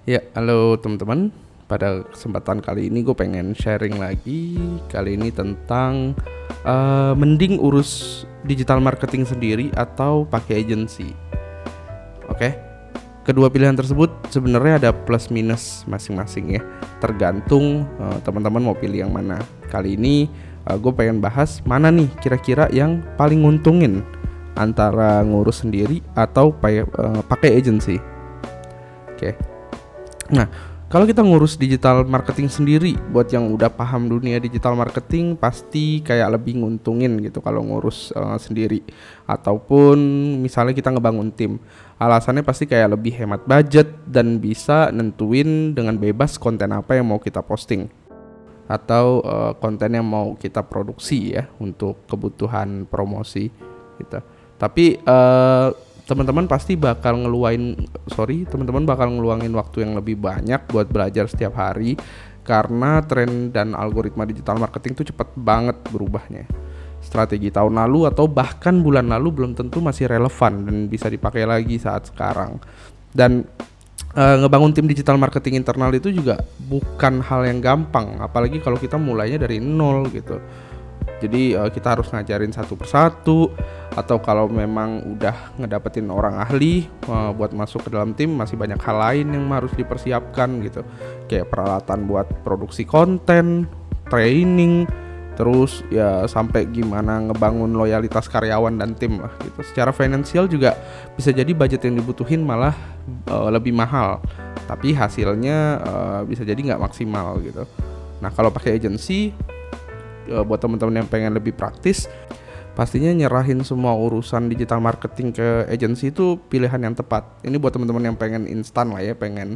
Ya, halo teman-teman. Pada kesempatan kali ini gue pengen sharing lagi. Kali ini tentang mending urus digital marketing sendiri atau pakai agency. Oke. Kedua pilihan tersebut sebenarnya ada plus minus masing-masing ya. Tergantung teman-teman mau pilih yang mana. Kali ini gue pengen bahas mana nih kira-kira yang paling nguntungin antara ngurus sendiri atau pakai agency. Oke. Nah, kalau kita ngurus digital marketing sendiri, buat yang udah paham dunia digital marketing pasti kayak lebih nguntungin gitu kalau ngurus sendiri. Ataupun misalnya kita ngebangun tim, alasannya pasti kayak lebih hemat budget dan bisa nentuin dengan bebas konten apa yang mau kita posting atau konten yang mau kita produksi ya untuk kebutuhan promosi gitu. Tapi teman-teman bakal ngeluangin waktu yang lebih banyak buat belajar setiap hari karena tren dan algoritma digital marketing itu cepat banget berubahnya. Strategi tahun lalu atau bahkan bulan lalu belum tentu masih relevan dan bisa dipakai lagi saat sekarang. Dan ngebangun tim digital marketing internal itu juga bukan hal yang gampang, apalagi kalau kita mulainya dari nol gitu. Jadi kita harus ngajarin satu persatu, atau kalau memang udah ngedapetin orang ahli buat masuk ke dalam tim, masih banyak hal lain yang harus dipersiapkan gitu. Kayak peralatan buat produksi konten, training, terus ya sampai gimana ngebangun loyalitas karyawan dan tim lah gitu. Secara finansial juga bisa jadi budget yang dibutuhin malah lebih mahal, tapi hasilnya bisa jadi nggak maksimal gitu. Nah, kalau pakai agency, buat teman-teman yang pengen lebih praktis, pastinya nyerahin semua urusan digital marketing ke agency itu pilihan yang tepat. Ini buat teman-teman yang pengen instan lah ya, pengen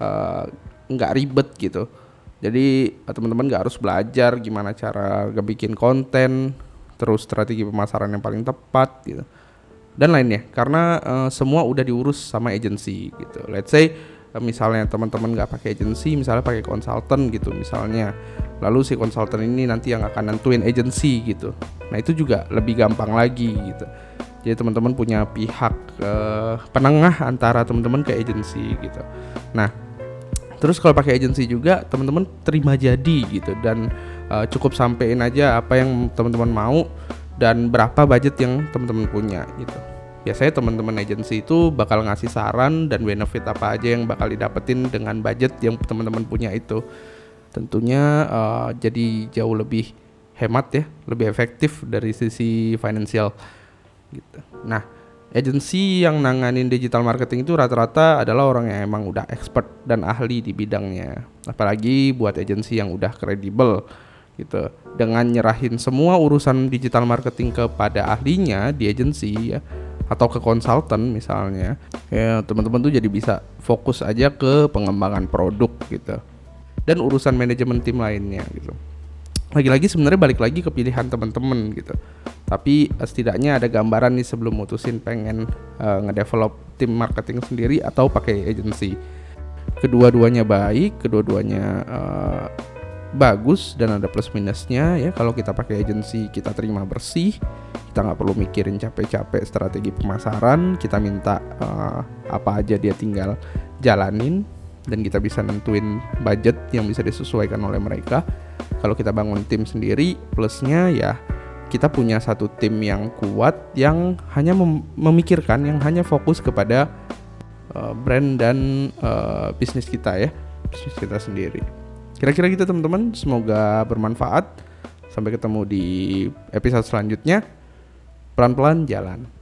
nggak ribet gitu. Jadi teman-teman nggak harus belajar gimana cara ngebikin konten, terus strategi pemasaran yang paling tepat gitu, dan lainnya. Karena semua udah diurus sama agency gitu. Let's say misalnya teman-teman nggak pakai agency, misalnya pakai konsultan gitu misalnya, lalu si konsultan ini nanti yang akan nentuin agency gitu. Nah, itu juga lebih gampang lagi gitu. Jadi teman-teman punya pihak penengah antara teman-teman ke agency gitu. Nah, terus kalau pakai agency juga teman-teman terima jadi gitu, dan cukup sampein aja apa yang teman-teman mau dan berapa budget yang teman-teman punya gitu. Biasanya teman-teman agency itu bakal ngasih saran dan benefit apa aja yang bakal didapetin dengan budget yang teman-teman punya itu. Tentunya jadi jauh lebih hemat ya, lebih efektif dari sisi finansial gitu. Nah, agency yang nanganin digital marketing itu rata-rata adalah orang yang emang udah expert dan ahli di bidangnya. Apalagi buat agency yang udah kredibel gitu. Dengan nyerahin semua urusan digital marketing kepada ahlinya di agency ya, atau ke konsultan misalnya, ya teman-teman tuh jadi bisa fokus aja ke pengembangan produk gitu, dan urusan manajemen tim lainnya gitu. Lagi-lagi sebenarnya balik lagi ke pilihan teman-teman gitu. Tapi setidaknya ada gambaran nih sebelum mutusin pengen ngedevelop tim marketing sendiri atau pakai agency. Kedua-duanya baik, kedua-duanya bagus, dan ada plus minusnya ya. Kalau kita pakai agency kita terima bersih, kita nggak perlu mikirin capek-capek strategi pemasaran, kita minta apa aja dia tinggal jalanin, dan kita bisa nentuin budget yang bisa disesuaikan oleh mereka. Kalau kita bangun tim sendiri, plusnya ya kita punya satu tim yang kuat, yang hanya memikirkan, yang hanya fokus kepada brand dan bisnis kita ya, bisnis kita sendiri. Kira-kira gitu teman-teman, semoga bermanfaat. Sampai ketemu di episode selanjutnya. Pelan-pelan jalan.